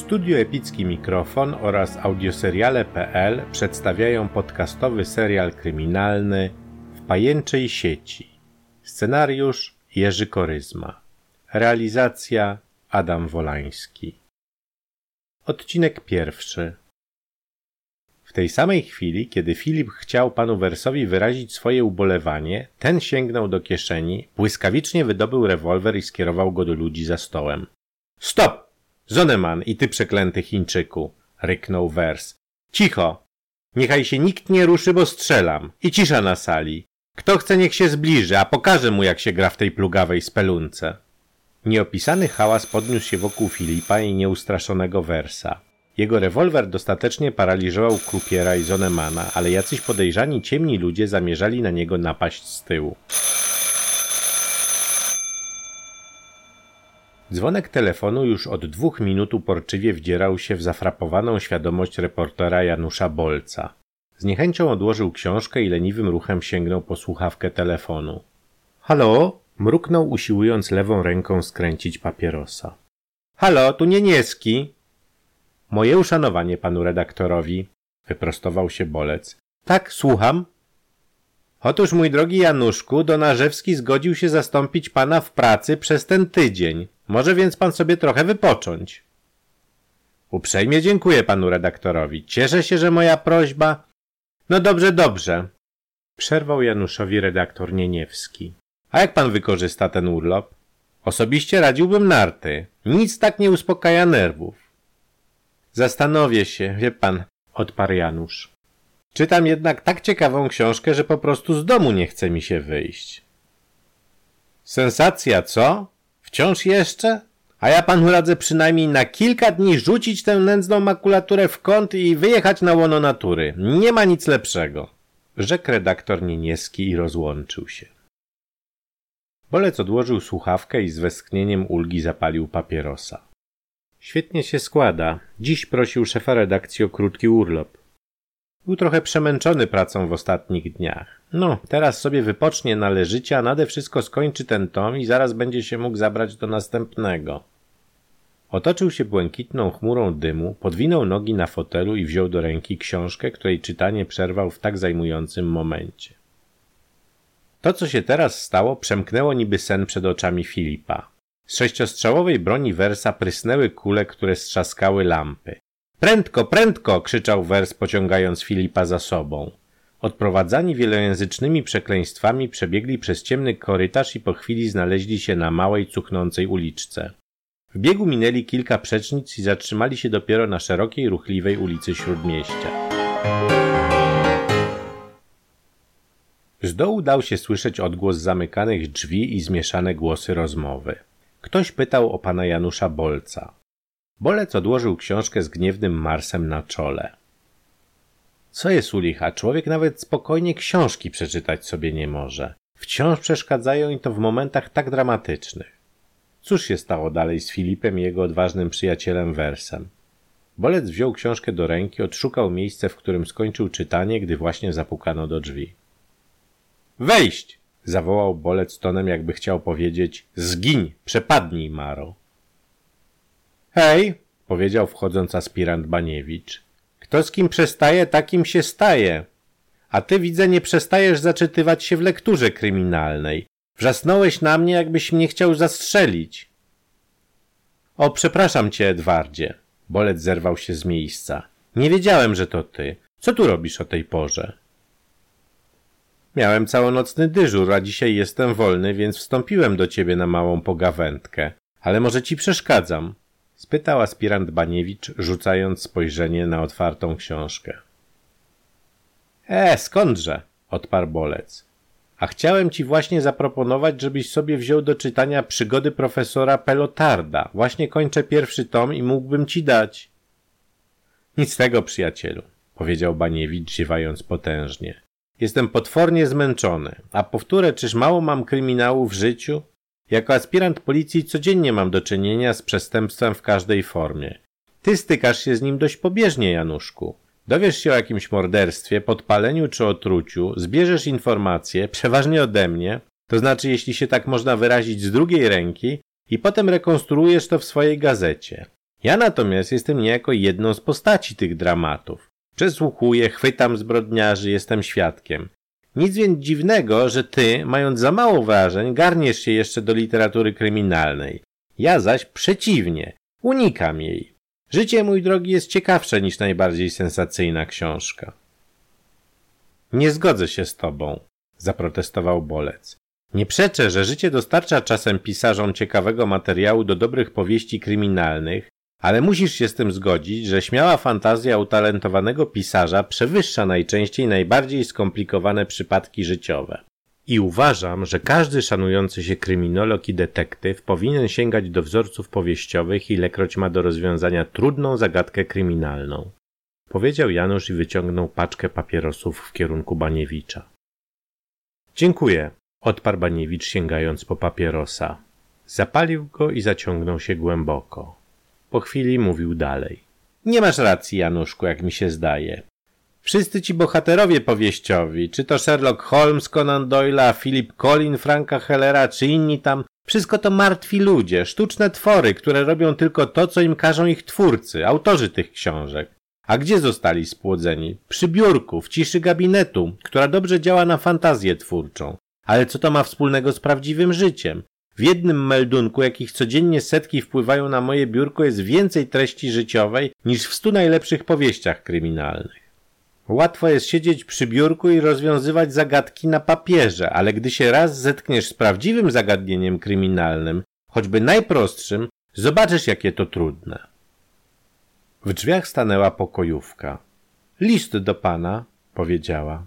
Studio Epicki Mikrofon oraz audioseriale.pl przedstawiają podcastowy serial kryminalny W pajęczej sieci. Scenariusz Jerzy Koryzma. Realizacja Adam Wolański. Odcinek pierwszy. W tej samej chwili, kiedy Filip chciał panu Wersowi wyrazić swoje ubolewanie, ten sięgnął do kieszeni, błyskawicznie wydobył rewolwer i skierował go do ludzi za stołem. Stop! Zoneman i ty przeklęty Chińczyku! Ryknął Wers. Cicho! Niechaj się nikt nie ruszy, bo strzelam. I cisza na sali. Kto chce, niech się zbliży, a pokażę mu, jak się gra w tej plugawej spelunce. Nieopisany hałas podniósł się wokół Filipa i nieustraszonego Wersa. Jego rewolwer dostatecznie paraliżował Krupiera i Zonemana, ale jacyś podejrzani ciemni ludzie zamierzali na niego napaść z tyłu. Dzwonek telefonu już od 2 minut uporczywie wdzierał się w zafrapowaną świadomość reportera Janusza Bolca. Z niechęcią odłożył książkę i leniwym ruchem sięgnął po słuchawkę telefonu. Halo? Mruknął, usiłując lewą ręką skręcić papierosa. Halo, tu Nienieski. Moje uszanowanie panu redaktorowi, wyprostował się Bolec. Tak, słucham. Otóż, mój drogi Januszku, Donarzewski zgodził się zastąpić pana w pracy przez ten tydzień. Może więc pan sobie trochę wypocząć. Uprzejmie dziękuję panu redaktorowi. Cieszę się, że moja prośba... No dobrze, dobrze. Przerwał Januszowi redaktor Nieniewski. A jak pan wykorzysta ten urlop? Osobiście radziłbym narty. Nic tak nie uspokaja nerwów. Zastanowię się, wie pan, odparł Janusz. Czytam jednak tak ciekawą książkę, że po prostu z domu nie chce mi się wyjść. Sensacja, co? Wciąż jeszcze? A ja panu radzę przynajmniej na kilka dni rzucić tę nędzną makulaturę w kąt i wyjechać na łono natury. Nie ma nic lepszego. Rzekł redaktor Nieniewski i rozłączył się. Bolec odłożył słuchawkę i z westchnieniem ulgi zapalił papierosa. Świetnie się składa. Dziś prosił szefa redakcji o krótki urlop. Był trochę przemęczony pracą w ostatnich dniach. No, teraz sobie wypocznie należycie, a nade wszystko skończy ten tom i zaraz będzie się mógł zabrać do następnego. Otoczył się błękitną chmurą dymu, podwinął nogi na fotelu i wziął do ręki książkę, której czytanie przerwał w tak zajmującym momencie. To, co się teraz stało, przemknęło niby sen przed oczami Filipa. Z 6-strzałowej broni Wersa prysnęły kule, które strzaskały lampy. Prędko, prędko! Krzyczał Wers, pociągając Filipa za sobą. Odprowadzani wielojęzycznymi przekleństwami przebiegli przez ciemny korytarz i po chwili znaleźli się na małej, cuchnącej uliczce. W biegu minęli kilka przecznic i zatrzymali się dopiero na szerokiej, ruchliwej ulicy Śródmieścia. Z dołu dał się słyszeć odgłos zamykanych drzwi i zmieszane głosy rozmowy. Ktoś pytał o pana Janusza Bolca. Bolec odłożył książkę z gniewnym marsem na czole. Co jest u licha? Człowiek nawet spokojnie książki przeczytać sobie nie może. Wciąż przeszkadzają i to w momentach tak dramatycznych. Cóż się stało dalej z Filipem i jego odważnym przyjacielem Wersem? Bolec wziął książkę do ręki, odszukał miejsce, w którym skończył czytanie, gdy właśnie zapukano do drzwi. Wejść! Zawołał Bolec tonem, jakby chciał powiedzieć zgiń, przepadnij, Maro. Hej, powiedział wchodząc aspirant Baniewicz. Kto z kim przestaje, takim się staje. A ty, widzę, nie przestajesz zaczytywać się w lekturze kryminalnej. Wrzasnąłeś na mnie, jakbyś mnie chciał zastrzelić. O, przepraszam cię, Edwardzie. Bolec zerwał się z miejsca. Nie wiedziałem, że to ty. Co tu robisz o tej porze? Miałem całonocny dyżur, a dzisiaj jestem wolny, więc wstąpiłem do ciebie na małą pogawędkę. Ale może ci przeszkadzam? Spytał aspirant Baniewicz, rzucając spojrzenie na otwartą książkę. Skądże? Odparł Bolec. A chciałem ci właśnie zaproponować, żebyś sobie wziął do czytania Przygody profesora Pelotarda. Właśnie kończę 1. tom i mógłbym ci dać. Nic z tego, przyjacielu, powiedział Baniewicz, ziewając potężnie. Jestem potwornie zmęczony, a powtórę, czyż mało mam kryminału w życiu? Jako aspirant policji codziennie mam do czynienia z przestępstwem w każdej formie. Ty stykasz się z nim dość pobieżnie, Januszku. Dowiesz się o jakimś morderstwie, podpaleniu czy otruciu, zbierzesz informacje, przeważnie ode mnie, to znaczy, jeśli się tak można wyrazić, z drugiej ręki i potem rekonstruujesz to w swojej gazecie. Ja natomiast jestem niejako jedną z postaci tych dramatów. Przesłuchuję, chwytam zbrodniarzy, jestem świadkiem. Nic więc dziwnego, że ty, mając za mało wrażeń, garniesz się jeszcze do literatury kryminalnej. Ja zaś przeciwnie, unikam jej. Życie, mój drogi, jest ciekawsze niż najbardziej sensacyjna książka. Nie zgodzę się z tobą, zaprotestował Bolec. Nie przeczę, że życie dostarcza czasem pisarzom ciekawego materiału do dobrych powieści kryminalnych, ale musisz się z tym zgodzić, że śmiała fantazja utalentowanego pisarza przewyższa najczęściej najbardziej skomplikowane przypadki życiowe. I uważam, że każdy szanujący się kryminolog i detektyw powinien sięgać do wzorców powieściowych, ilekroć ma do rozwiązania trudną zagadkę kryminalną. Powiedział Janusz i wyciągnął paczkę papierosów w kierunku Baniewicza. Dziękuję, odparł Baniewicz, sięgając po papierosa. Zapalił go i zaciągnął się głęboko. Po chwili mówił dalej. Nie masz racji, Januszku, jak mi się zdaje. Wszyscy ci bohaterowie powieściowi, czy to Sherlock Holmes, Conan Doyle'a, Philip Collin, Franka Hellera, czy inni tam, wszystko to martwi ludzie, sztuczne twory, które robią tylko to, co im każą ich twórcy, autorzy tych książek. A gdzie zostali spłodzeni? Przy biurku, w ciszy gabinetu, która dobrze działa na fantazję twórczą. Ale co to ma wspólnego z prawdziwym życiem? W jednym meldunku, jakich codziennie setki wpływają na moje biurko, jest więcej treści życiowej niż w 100 najlepszych powieściach kryminalnych. Łatwo jest siedzieć przy biurku i rozwiązywać zagadki na papierze, ale gdy się raz zetkniesz z prawdziwym zagadnieniem kryminalnym, choćby najprostszym, zobaczysz, jakie to trudne. W drzwiach stanęła pokojówka. List do pana, powiedziała.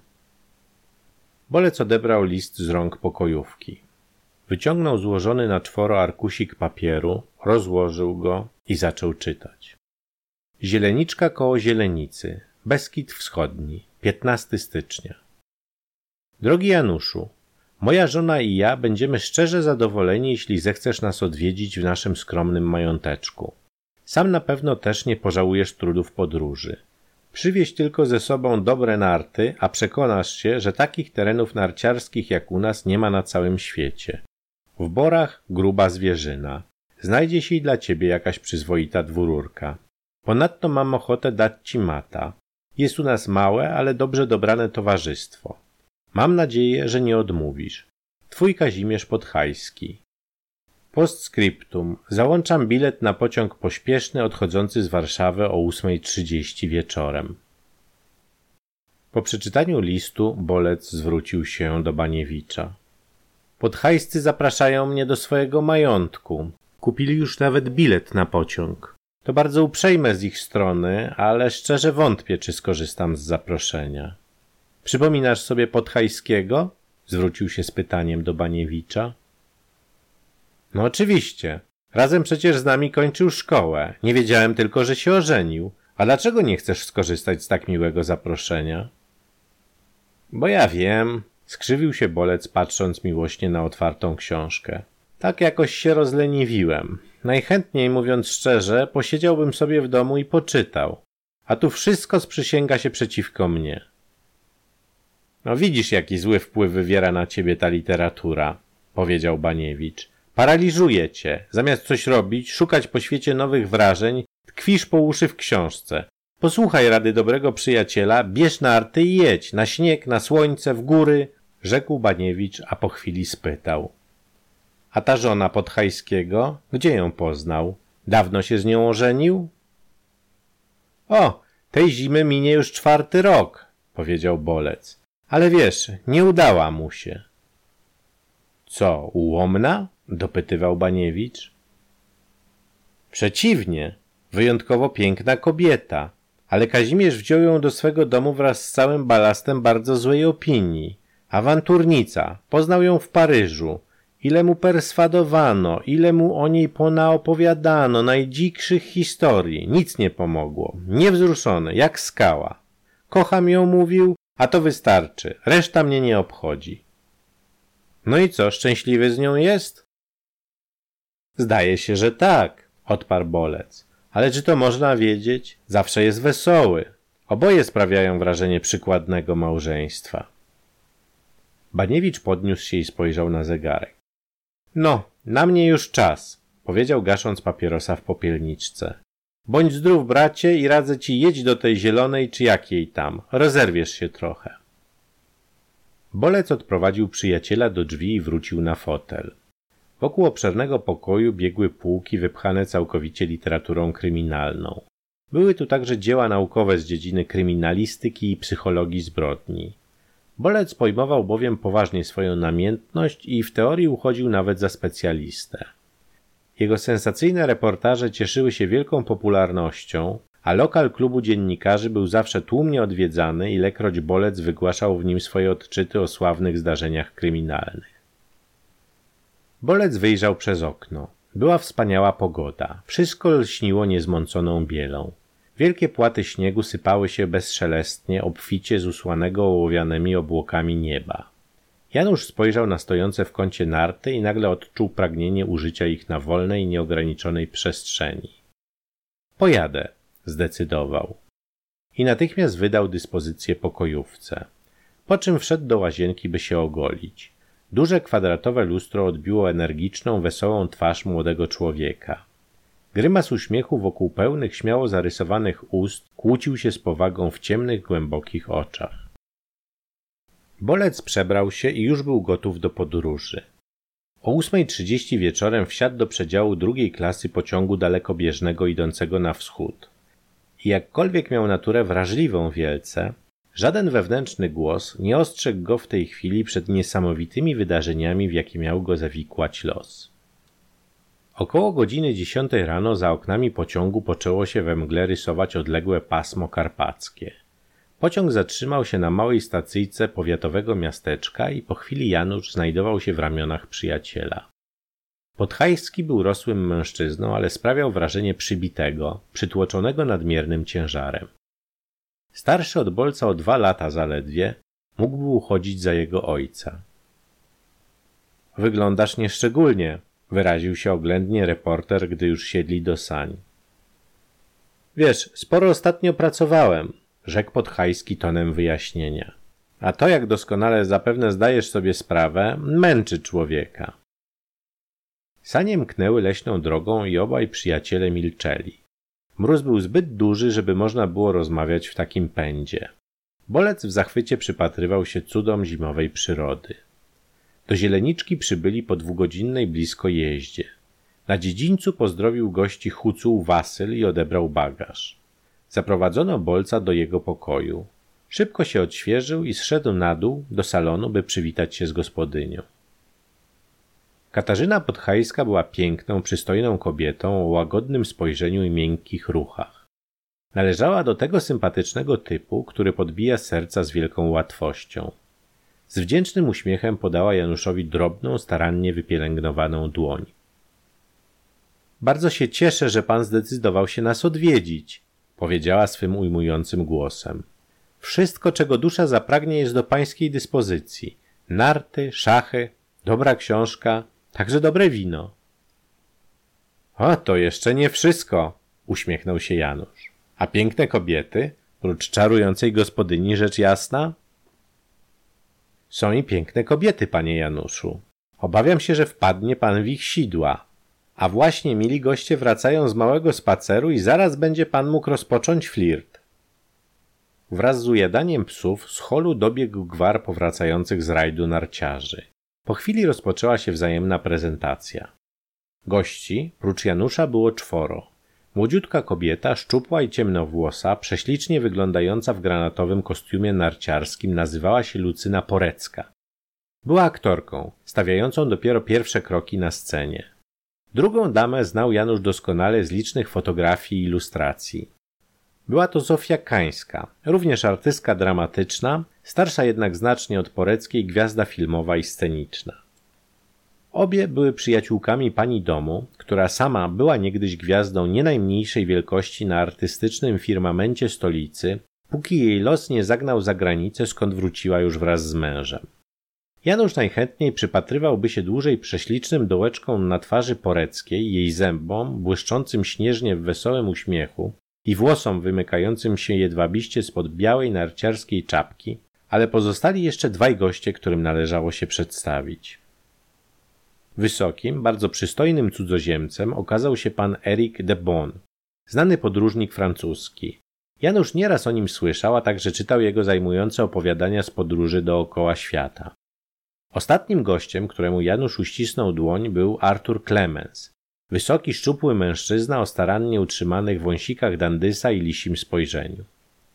Bolec odebrał list z rąk pokojówki. Wyciągnął złożony na czworo arkusik papieru, rozłożył go i zaczął czytać. Zieleniczka koło Zielenicy, Beskid Wschodni, 15 stycznia. Drogi Januszu, moja żona i ja będziemy szczerze zadowoleni, jeśli zechcesz nas odwiedzić w naszym skromnym mająteczku. Sam na pewno też nie pożałujesz trudów podróży. Przywieź tylko ze sobą dobre narty, a przekonasz się, że takich terenów narciarskich jak u nas nie ma na całym świecie. W Borach gruba zwierzyna. Znajdzie się i dla ciebie jakaś przyzwoita dwururka. Ponadto mam ochotę dać ci mata. Jest u nas małe, ale dobrze dobrane towarzystwo. Mam nadzieję, że nie odmówisz. Twój Kazimierz Podhajski. Postscriptum. Załączam bilet na pociąg pośpieszny odchodzący z Warszawy o 8:30 wieczorem. Po przeczytaniu listu Bolec zwrócił się do Baniewicza. Podhajscy zapraszają mnie do swojego majątku. Kupili już nawet bilet na pociąg. To bardzo uprzejme z ich strony, ale szczerze wątpię, czy skorzystam z zaproszenia. Przypominasz sobie Podhajskiego? Zwrócił się z pytaniem do Baniewicza. No oczywiście. Razem przecież z nami kończył szkołę. Nie wiedziałem tylko, że się ożenił. A dlaczego nie chcesz skorzystać z tak miłego zaproszenia? Bo ja wiem, skrzywił się Bolec, patrząc miłośnie na otwartą książkę. Tak jakoś się rozleniwiłem. Najchętniej, mówiąc szczerze, posiedziałbym sobie w domu i poczytał. A tu wszystko sprzysięga się przeciwko mnie. No widzisz, jaki zły wpływ wywiera na ciebie ta literatura, powiedział Baniewicz. Paraliżuje cię. Zamiast coś robić, szukać po świecie nowych wrażeń, tkwisz po uszy w książce. Posłuchaj rady dobrego przyjaciela, bierz narty i jedź, na śnieg, na słońce, w góry, rzekł Baniewicz, a po chwili spytał. A ta żona Podhajskiego, gdzie ją poznał? Dawno się z nią ożenił? O, tej zimy minie już 4. rok, powiedział Bolec. Ale wiesz, nie udała mu się. Co, ułomna? Dopytywał Baniewicz. Przeciwnie, wyjątkowo piękna kobieta, ale Kazimierz wziął ją do swego domu wraz z całym balastem bardzo złej opinii. Awanturnica, poznał ją w Paryżu. Ile mu perswadowano, ile mu o niej ponaopowiadano, najdzikszych historii. Nic nie pomogło. Niewzruszony, jak skała. Kocham ją, mówił, a to wystarczy. Reszta mnie nie obchodzi. No i co, szczęśliwy z nią jest? Zdaje się, że tak, odparł Bolec. Ale czy to można wiedzieć? Zawsze jest wesoły. Oboje sprawiają wrażenie przykładnego małżeństwa. Baniewicz podniósł się i spojrzał na zegarek. No, na mnie już czas, powiedział, gasząc papierosa w popielniczce. Bądź zdrów, bracie, i radzę ci jedź do tej Zielonej czy jakiej tam. Rozerwiesz się trochę. Bolec odprowadził przyjaciela do drzwi i wrócił na fotel. Wokół obszernego pokoju biegły półki wypchane całkowicie literaturą kryminalną. Były tu także dzieła naukowe z dziedziny kryminalistyki i psychologii zbrodni. Bolec pojmował bowiem poważnie swoją namiętność i w teorii uchodził nawet za specjalistę. Jego sensacyjne reportaże cieszyły się wielką popularnością, a lokal klubu dziennikarzy był zawsze tłumnie odwiedzany, ilekroć Bolec wygłaszał w nim swoje odczyty o sławnych zdarzeniach kryminalnych. Bolec wyjrzał przez okno. Była wspaniała pogoda. Wszystko lśniło niezmąconą bielą. Wielkie płaty śniegu sypały się bezszelestnie, obficie z usłanego ołowianymi obłokami nieba. Janusz spojrzał na stojące w kącie narty i nagle odczuł pragnienie użycia ich na wolnej i nieograniczonej przestrzeni. Pojadę, zdecydował. I natychmiast wydał dyspozycję pokojówce. Po czym wszedł do łazienki, by się ogolić. Duże kwadratowe lustro odbiło energiczną, wesołą twarz młodego człowieka. Grymas uśmiechu wokół pełnych, śmiało zarysowanych ust kłócił się z powagą w ciemnych, głębokich oczach. Bolec przebrał się i już był gotów do podróży. O 8:30 wieczorem wsiadł do przedziału drugiej klasy pociągu dalekobieżnego idącego na wschód. I jakkolwiek miał naturę wrażliwą wielce, żaden wewnętrzny głos nie ostrzegł go w tej chwili przed niesamowitymi wydarzeniami, w jakie miał go zawikłać los. Około godziny 10 rano za oknami pociągu poczęło się we mgle rysować odległe pasmo karpackie. Pociąg zatrzymał się na małej stacyjce powiatowego miasteczka i po chwili Janusz znajdował się w ramionach przyjaciela. Podhajski był rosłym mężczyzną, ale sprawiał wrażenie przybitego, przytłoczonego nadmiernym ciężarem. Starszy od Bolca o 2 lata zaledwie, mógłby uchodzić za jego ojca. Wyglądasz nieszczególnie, wyraził się oględnie reporter, gdy już siedli do sań. Wiesz, sporo ostatnio pracowałem, rzekł Podhajski tonem wyjaśnienia. A to, jak doskonale zapewne zdajesz sobie sprawę, męczy człowieka. Sanie mknęły leśną drogą i obaj przyjaciele milczeli. Mróz był zbyt duży, żeby można było rozmawiać w takim pędzie. Bolec w zachwycie przypatrywał się cudom zimowej przyrody. Do Zieleniczki przybyli po 2-godzinnej blisko jeździe. Na dziedzińcu pozdrowił gości Hucuł Wasyl i odebrał bagaż. Zaprowadzono Bolca do jego pokoju. Szybko się odświeżył i zszedł na dół do salonu, by przywitać się z gospodynią. Katarzyna Podhajska była piękną, przystojną kobietą o łagodnym spojrzeniu i miękkich ruchach. Należała do tego sympatycznego typu, który podbija serca z wielką łatwością. Z wdzięcznym uśmiechem podała Januszowi drobną, starannie wypielęgnowaną dłoń. Bardzo się cieszę, że pan zdecydował się nas odwiedzić, powiedziała swym ujmującym głosem. Wszystko, czego dusza zapragnie, jest do pańskiej dyspozycji. Narty, szachy, dobra książka, także dobre wino. O, to jeszcze nie wszystko, uśmiechnął się Janusz. A piękne kobiety, prócz czarującej gospodyni, rzecz jasna? Są i piękne kobiety, panie Januszu. Obawiam się, że wpadnie pan w ich sidła. A właśnie mili goście wracają z małego spaceru i zaraz będzie pan mógł rozpocząć flirt. Wraz z ujadaniem psów z holu dobiegł gwar powracających z rajdu narciarzy. Po chwili rozpoczęła się wzajemna prezentacja. Gości, prócz Janusza, było 4. Młodziutka kobieta, szczupła i ciemnowłosa, prześlicznie wyglądająca w granatowym kostiumie narciarskim, nazywała się Lucyna Porecka. Była aktorką, stawiającą dopiero pierwsze kroki na scenie. Drugą damę znał Janusz doskonale z licznych fotografii i ilustracji. Była to Zofia Kańska, również artystka dramatyczna, starsza jednak znacznie od Poreckiej, gwiazda filmowa i sceniczna. Obie były przyjaciółkami pani domu, która sama była niegdyś gwiazdą nie najmniejszej wielkości na artystycznym firmamencie stolicy, póki jej los nie zagnał za granicę, skąd wróciła już wraz z mężem. Janusz najchętniej przypatrywałby się dłużej prześlicznym dołeczkom na twarzy Poreckiej, jej zębom, błyszczącym śnieżnie w wesołym uśmiechu i włosom wymykającym się jedwabiście spod białej narciarskiej czapki, ale pozostali jeszcze 2 goście, którym należało się przedstawić. Wysokim, bardzo przystojnym cudzoziemcem okazał się pan Eric de Bon. znany podróżnik francuski. Janusz nieraz o nim słyszał, a także czytał jego zajmujące opowiadania z podróży dookoła świata. Ostatnim gościem, któremu Janusz uścisnął dłoń, był Arthur Clemens. Wysoki, szczupły mężczyzna o starannie utrzymanych wąsikach dandysa i lisim spojrzeniu.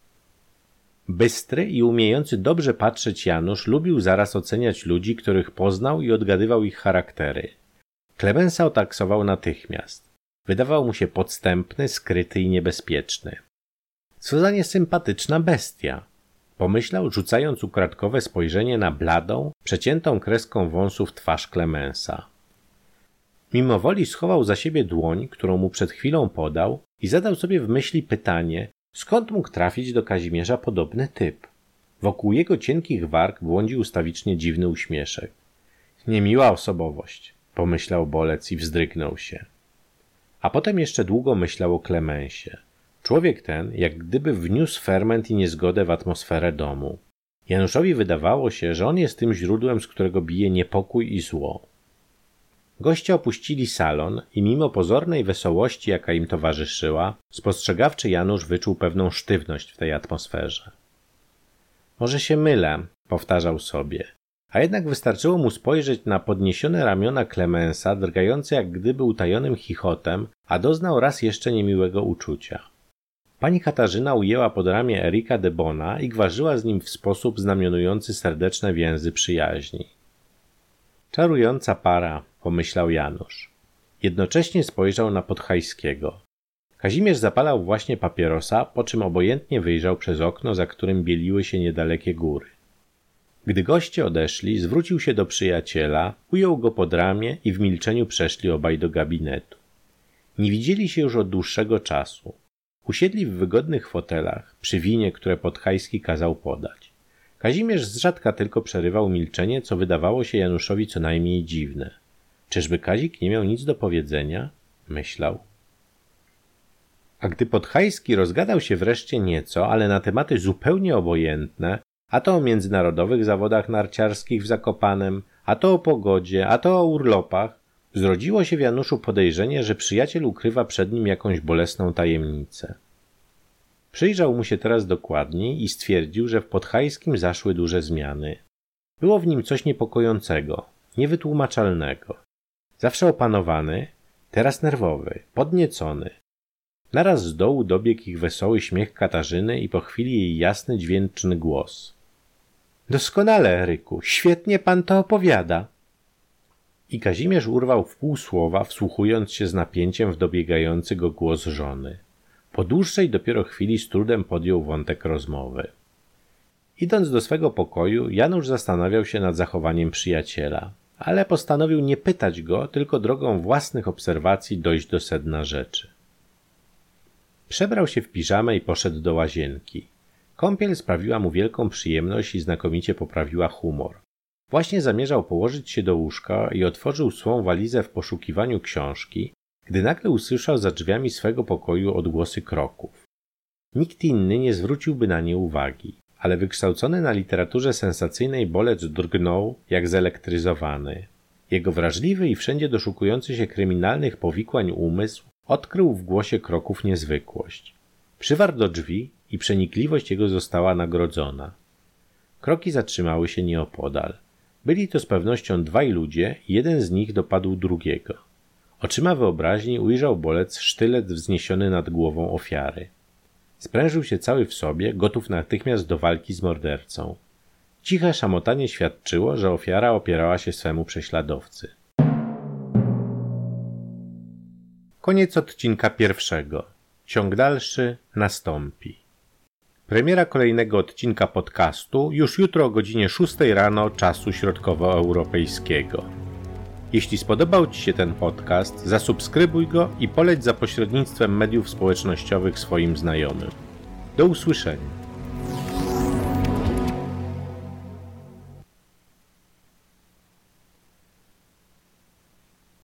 Bystry i umiejący dobrze patrzeć Janusz lubił zaraz oceniać ludzi, których poznał i odgadywał ich charaktery. Clemensa otaksował natychmiast. Wydawał mu się podstępny, skryty i niebezpieczny. Co za niesympatyczna bestia, pomyślał, rzucając ukradkowe spojrzenie na bladą, przeciętą kreską wąsów twarz Clemensa. Mimowoli schował za siebie dłoń, którą mu przed chwilą podał i zadał sobie w myśli pytanie, skąd mógł trafić do Kazimierza podobny typ. Wokół jego cienkich warg błądził ustawicznie dziwny uśmieszek. Niemiła osobowość, pomyślał Bolec i wzdrygnął się. A potem jeszcze długo myślał o Clemensie. Człowiek ten jak gdyby wniósł ferment i niezgodę w atmosferę domu. Januszowi wydawało się, że on jest tym źródłem, z którego bije niepokój i zło. Goście opuścili salon i mimo pozornej wesołości, jaka im towarzyszyła, spostrzegawczy Janusz wyczuł pewną sztywność w tej atmosferze. Może się mylę, powtarzał sobie, a jednak wystarczyło mu spojrzeć na podniesione ramiona Clemensa, drgające jak gdyby utajonym chichotem, a doznał raz jeszcze niemiłego uczucia. Pani Katarzyna ujęła pod ramię Erika de Bona i gwarzyła z nim w sposób znamionujący serdeczne więzy przyjaźni. Czarująca para, pomyślał Janusz. Jednocześnie spojrzał na Podhajskiego. Kazimierz zapalał właśnie papierosa, po czym obojętnie wyjrzał przez okno, za którym bieliły się niedalekie góry. Gdy goście odeszli, zwrócił się do przyjaciela, ujął go pod ramię i w milczeniu przeszli obaj do gabinetu. Nie widzieli się już od dłuższego czasu. Usiedli w wygodnych fotelach, przy winie, które Podhajski kazał podać. Kazimierz zrzadka tylko przerywał milczenie, co wydawało się Januszowi co najmniej dziwne. Czyżby Kazik nie miał nic do powiedzenia? Myślał. A gdy Podhajski rozgadał się wreszcie nieco, ale na tematy zupełnie obojętne, a to o międzynarodowych zawodach narciarskich w Zakopanem, a to o pogodzie, a to o urlopach, zrodziło się w Januszu podejrzenie, że przyjaciel ukrywa przed nim jakąś bolesną tajemnicę. Przyjrzał mu się teraz dokładniej i stwierdził, że w Podhajskim zaszły duże zmiany. Było w nim coś niepokojącego, niewytłumaczalnego. Zawsze opanowany, teraz nerwowy, podniecony. Naraz z dołu dobiegł ich wesoły śmiech Katarzyny i po chwili jej jasny, dźwięczny głos. Doskonale, Eryku, świetnie pan to opowiada. I Kazimierz urwał w pół słowa, wsłuchując się z napięciem w dobiegający go głos żony. Po dłuższej dopiero chwili z trudem podjął wątek rozmowy. Idąc do swego pokoju, Janusz zastanawiał się nad zachowaniem przyjaciela, ale postanowił nie pytać go, tylko drogą własnych obserwacji dojść do sedna rzeczy. Przebrał się w piżamę i poszedł do łazienki. Kąpiel sprawiła mu wielką przyjemność i znakomicie poprawiła humor. Właśnie zamierzał położyć się do łóżka i otworzył swą walizę w poszukiwaniu książki, gdy nagle usłyszał za drzwiami swego pokoju odgłosy kroków. Nikt inny nie zwróciłby na nie uwagi, ale wykształcony na literaturze sensacyjnej Bolec drgnął jak zelektryzowany. Jego wrażliwy i wszędzie doszukujący się kryminalnych powikłań umysł odkrył w głosie kroków niezwykłość. Przywarł do drzwi i przenikliwość jego została nagrodzona. Kroki zatrzymały się nieopodal. Byli to z pewnością dwaj ludzie i jeden z nich dopadł drugiego. Oczyma wyobraźni ujrzał Bolec sztylet wzniesiony nad głową ofiary. Sprężył się cały w sobie, gotów natychmiast do walki z mordercą. Ciche szamotanie świadczyło, że ofiara opierała się swemu prześladowcy. Koniec odcinka 1. Ciąg dalszy nastąpi. Premiera kolejnego odcinka podcastu już jutro o godzinie 6 rano czasu środkowoeuropejskiego. Jeśli spodobał Ci się ten podcast, zasubskrybuj go i poleć za pośrednictwem mediów społecznościowych swoim znajomym. Do usłyszenia.